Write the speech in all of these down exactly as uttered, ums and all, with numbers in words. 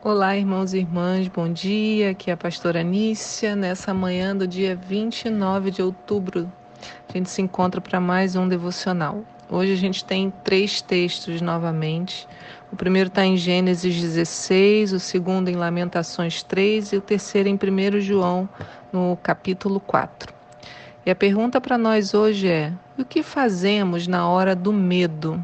Olá, irmãos e irmãs, bom dia. Aqui é a pastora Nícia. Nessa manhã do dia vinte e nove de outubro, a gente se encontra para mais um devocional. Hoje a gente tem três textos novamente. O primeiro está em Gênesis dezesseis, o segundo em Lamentações três e o terceiro em primeiro João, no capítulo quatro. E a pergunta para nós hoje é: o que fazemos na hora do medo?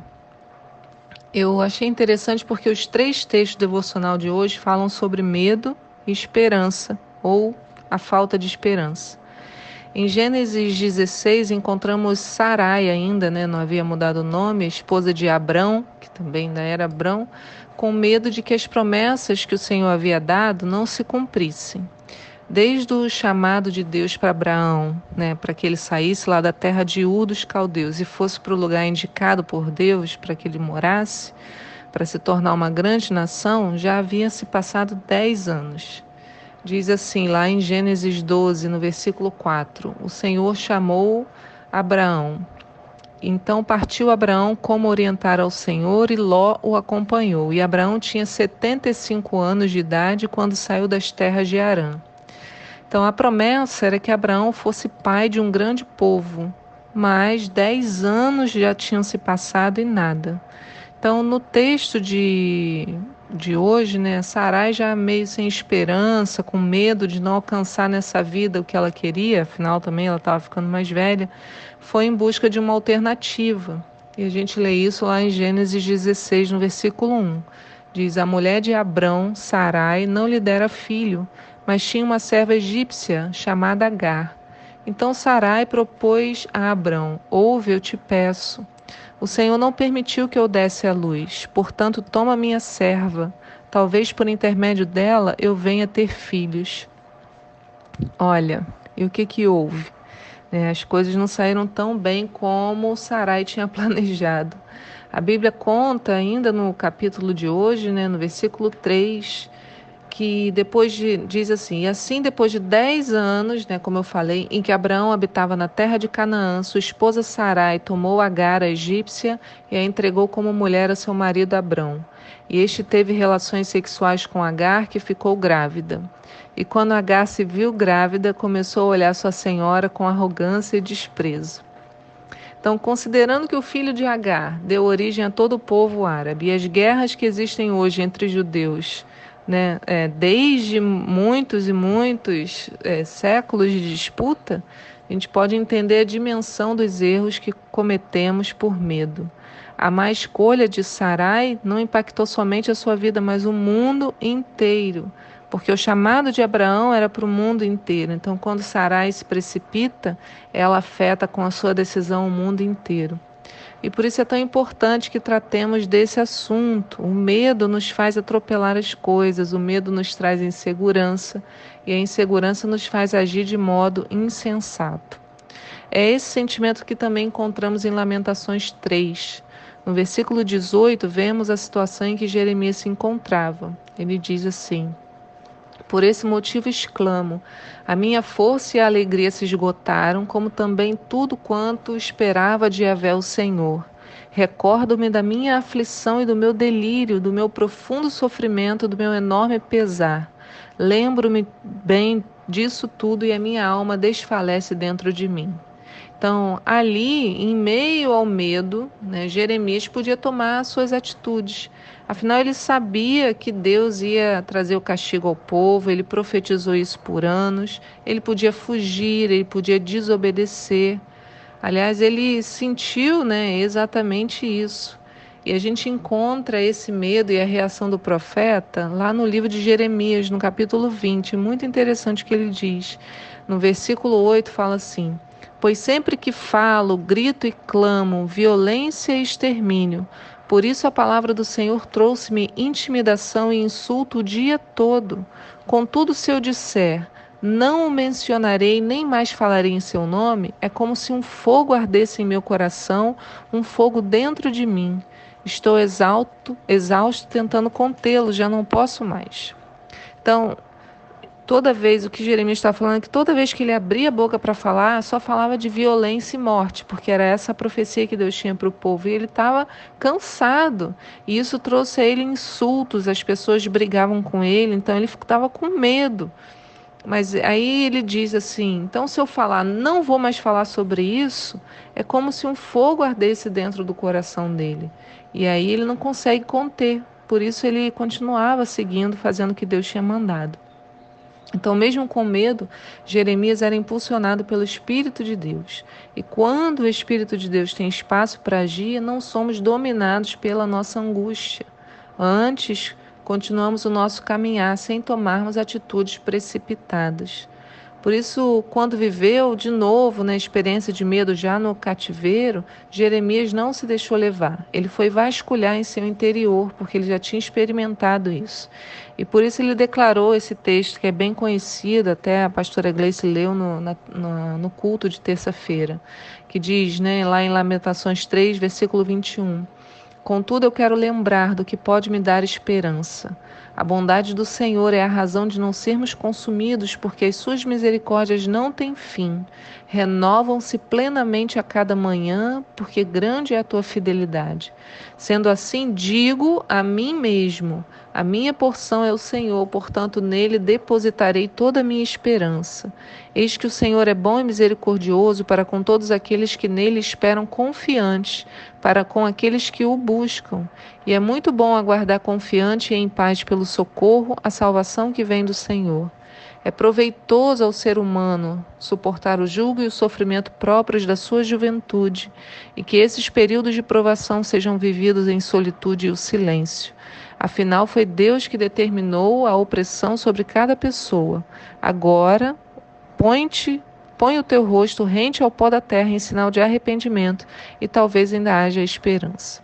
Eu achei interessante porque os três textos devocional de hoje falam sobre medo e esperança, ou a falta de esperança. Em Gênesis dezesseis encontramos Sarai ainda, né, não havia mudado o nome, a esposa de Abrão, que também ainda era Abrão, com medo de que as promessas que o Senhor havia dado não se cumprissem. Desde o chamado de Deus para Abraão, né, para que ele saísse lá da terra de Ur dos Caldeus e fosse para o lugar indicado por Deus para que ele morasse, para se tornar uma grande nação, já havia se passado dez anos. Diz assim, lá em Gênesis doze, no versículo quatro, o Senhor chamou Abraão. Então partiu Abraão como orientar ao Senhor e Ló o acompanhou. E Abraão tinha setenta e cinco anos de idade quando saiu das terras de Harã. Então a promessa era que Abraão fosse pai de um grande povo, mas dez anos já tinham se passado e nada. Então no texto de, de hoje, né, Sarai já meio sem esperança, com medo de não alcançar nessa vida o que ela queria, afinal também ela estava ficando mais velha, foi em busca de uma alternativa. E a gente lê isso lá em Gênesis dezesseis, no versículo um. Diz, a mulher de Abrão, Sarai, não lhe dera filho, mas tinha uma serva egípcia chamada Agar. Então Sarai propôs a Abrão, ouve, eu te peço. O Senhor não permitiu que eu desse à luz, portanto toma minha serva, talvez por intermédio dela eu venha ter filhos. Olha, e o que que houve? É, as coisas não saíram tão bem como Sarai tinha planejado. A Bíblia conta ainda no capítulo de hoje, né, no versículo três, que depois de, diz assim, e assim depois de dez anos, né, como eu falei, em que Abraão habitava na terra de Canaã, sua esposa Sarai tomou Agar, a egípcia, e a entregou como mulher a seu marido Abrão. E este teve relações sexuais com Agar, que ficou grávida. E quando Agar se viu grávida, começou a olhar sua senhora com arrogância e desprezo. Então, considerando que o filho de Agar deu origem a todo o povo árabe, e as guerras que existem hoje entre judeus, né, é, desde muitos e muitos é, séculos de disputa, a gente pode entender a dimensão dos erros que cometemos por medo. A má escolha de Sarai não impactou somente a sua vida, mas o mundo inteiro, porque o chamado de Abraão era para o mundo inteiro. Então, quando Sarai se precipita, ela afeta com a sua decisão o mundo inteiro. E por isso é tão importante que tratemos desse assunto. O medo nos faz atropelar as coisas, o medo nos traz insegurança, e a insegurança nos faz agir de modo insensato. É esse sentimento que também encontramos em Lamentações três. No versículo dezoito, vemos a situação em que Jeremias se encontrava. Ele diz assim: por esse motivo exclamo, a minha força e a alegria se esgotaram, como também tudo quanto esperava de Yahvé o Senhor. Recordo-me da minha aflição e do meu delírio, do meu profundo sofrimento, do meu enorme pesar. Lembro-me bem disso tudo e a minha alma desfalece dentro de mim. Então, ali, em meio ao medo, né, Jeremias podia tomar suas atitudes. Afinal, ele sabia que Deus ia trazer o castigo ao povo, ele profetizou isso por anos, ele podia fugir, ele podia desobedecer. Aliás, ele sentiu, né, exatamente isso. E a gente encontra esse medo e a reação do profeta lá no livro de Jeremias, no capítulo vinte. Muito interessante o que ele diz. No versículo oito fala assim: pois sempre que falo, grito e clamo, violência e extermínio. Por isso a palavra do Senhor trouxe-me intimidação e insulto o dia todo. Contudo, se eu disser, não o mencionarei, nem mais falarei em seu nome, é como se um fogo ardesse em meu coração, um fogo dentro de mim. Estou exausto, exausto tentando contê-lo, já não posso mais. Então, toda vez, o que Jeremias está falando, é que toda vez que ele abria a boca para falar, só falava de violência e morte, porque era essa a profecia que Deus tinha para o povo. E ele estava cansado. E isso trouxe a ele insultos, as pessoas brigavam com ele, então ele estava com medo. Mas aí ele diz assim, então se eu falar, não vou mais falar sobre isso, é como se um fogo ardesse dentro do coração dele. E aí ele não consegue conter. Por isso ele continuava seguindo, fazendo o que Deus tinha mandado. Então, mesmo com medo, Jeremias era impulsionado pelo Espírito de Deus. E quando o Espírito de Deus tem espaço para agir, não somos dominados pela nossa angústia. Antes, continuamos o nosso caminhar sem tomarmos atitudes precipitadas. Por isso, quando viveu de novo na experiência de medo já no cativeiro, Jeremias não se deixou levar. Ele foi vasculhar em seu interior, porque ele já tinha experimentado isso. E por isso ele declarou esse texto, que é bem conhecido, até a pastora Gleice leu no, na, no, no culto de terça-feira, que diz, né, lá em Lamentações três, versículo vinte e um, contudo eu quero lembrar do que pode me dar esperança. A bondade do Senhor é a razão de não sermos consumidos, porque as suas misericórdias não têm fim. Renovam-se plenamente a cada manhã, porque grande é a tua fidelidade. Sendo assim, digo a mim mesmo, a minha porção é o Senhor, portanto nele depositarei toda a minha esperança. Eis que o Senhor é bom e misericordioso para com todos aqueles que nele esperam confiantes, para com aqueles que o buscam. E é muito bom aguardar confiante e em paz pelo socorro, a salvação que vem do Senhor. É proveitoso ao ser humano suportar o jugo e o sofrimento próprios da sua juventude, e que esses períodos de provação sejam vividos em solitude e o silêncio. Afinal, foi Deus que determinou a opressão sobre cada pessoa. Agora, põe-te, põe o teu rosto rente ao pó da terra em sinal de arrependimento, e talvez ainda haja esperança.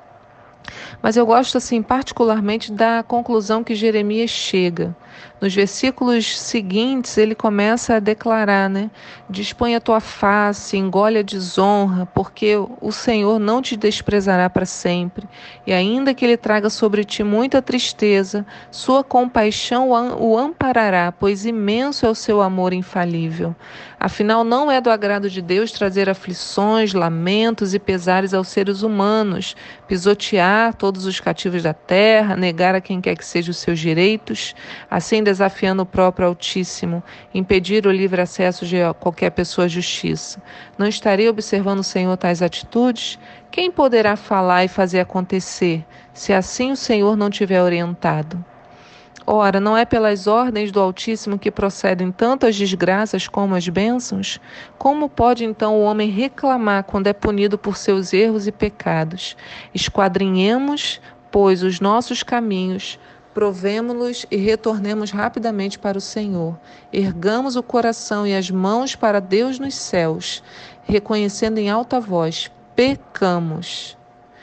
Mas eu gosto, assim, particularmente da conclusão que Jeremias chega. Nos versículos seguintes, ele começa a declarar, né? Dispõe a tua face, engole a desonra, porque o Senhor não te desprezará para sempre. E ainda que ele traga sobre ti muita tristeza, sua compaixão o amparará, pois imenso é o seu amor infalível. Afinal, não é do agrado de Deus trazer aflições, lamentos e pesares aos seres humanos, pisotear todos os cativos da terra, negar a quem quer que seja os seus direitos, assim desafiando o próprio Altíssimo, impedir o livre acesso de qualquer pessoa à justiça. Não estaria observando o Senhor tais atitudes? Quem poderá falar e fazer acontecer, se assim o Senhor não tiver orientado? Ora, não é pelas ordens do Altíssimo que procedem tanto as desgraças como as bênçãos? Como pode então o homem reclamar quando é punido por seus erros e pecados? Esquadrinhemos, pois, os nossos caminhos, provemo-los e retornemos rapidamente para o Senhor. Ergamos o coração e as mãos para Deus nos céus, reconhecendo em alta voz: pecamos.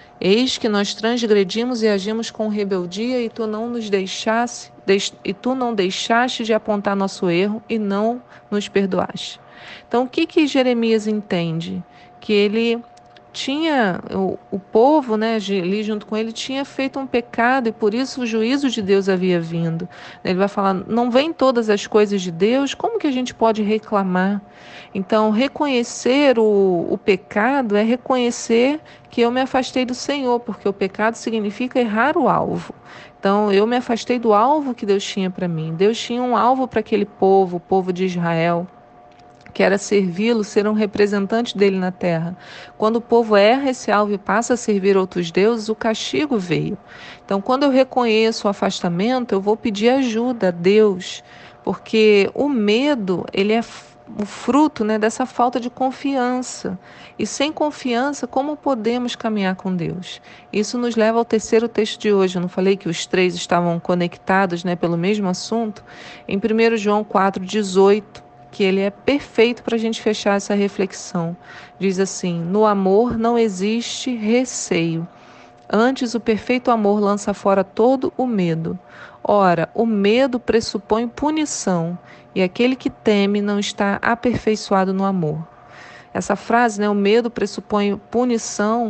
Eis que nós transgredimos e agimos com rebeldia, e tu não nos deixaste, deix, e tu não deixaste de apontar nosso erro e não nos perdoaste. Então, o que que Jeremias entende? Que ele tinha, o, o povo, né, ali junto com ele, tinha feito um pecado, e por isso o juízo de Deus havia vindo. Ele vai falar, não vem todas as coisas de Deus, como que a gente pode reclamar? Então, reconhecer o, o pecado é reconhecer que eu me afastei do Senhor, porque o pecado significa errar o alvo. Então, eu me afastei do alvo que Deus tinha para mim. Deus tinha um alvo para aquele povo, o povo de Israel, que era servi-lo, ser um representante dele na terra. Quando o povo erra esse alvo e passa a servir outros deuses, o castigo veio. Então, quando eu reconheço o afastamento, eu vou pedir ajuda a Deus, porque o medo, ele é o fruto, né, dessa falta de confiança. E sem confiança, como podemos caminhar com Deus? Isso nos leva ao terceiro texto de hoje. Eu não falei que os três estavam conectados, né, pelo mesmo assunto? Em primeiro João quatro, dezoito, que ele é perfeito para a gente fechar essa reflexão. Diz assim: no amor não existe receio. Antes, o perfeito amor lança fora todo o medo. Ora, o medo pressupõe punição, e aquele que teme não está aperfeiçoado no amor. Essa frase, né, o medo pressupõe punição,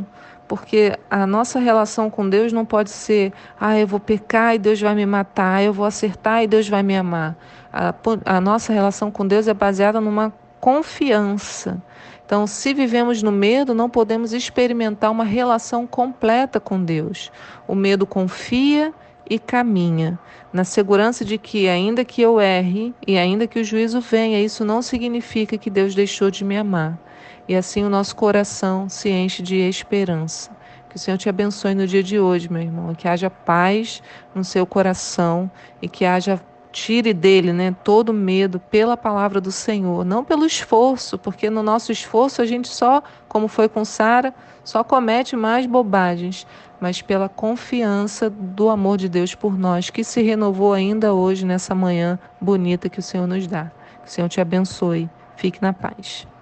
porque a nossa relação com Deus não pode ser, ah, eu vou pecar e Deus vai me matar, eu vou acertar e Deus vai me amar. A, a nossa relação com Deus é baseada numa confiança. Então, se vivemos no medo, não podemos experimentar uma relação completa com Deus. O medo confia e caminha, na segurança de que, ainda que eu erre e ainda que o juízo venha, isso não significa que Deus deixou de me amar. E assim o nosso coração se enche de esperança. Que o Senhor te abençoe no dia de hoje, meu irmão, que haja paz no seu coração e que haja tire dele, né, todo medo pela palavra do Senhor, não pelo esforço, porque no nosso esforço a gente só, como foi com Sara, só comete mais bobagens, mas pela confiança do amor de Deus por nós, que se renovou ainda hoje, nessa manhã bonita que o Senhor nos dá. Que o Senhor te abençoe. Fique na paz.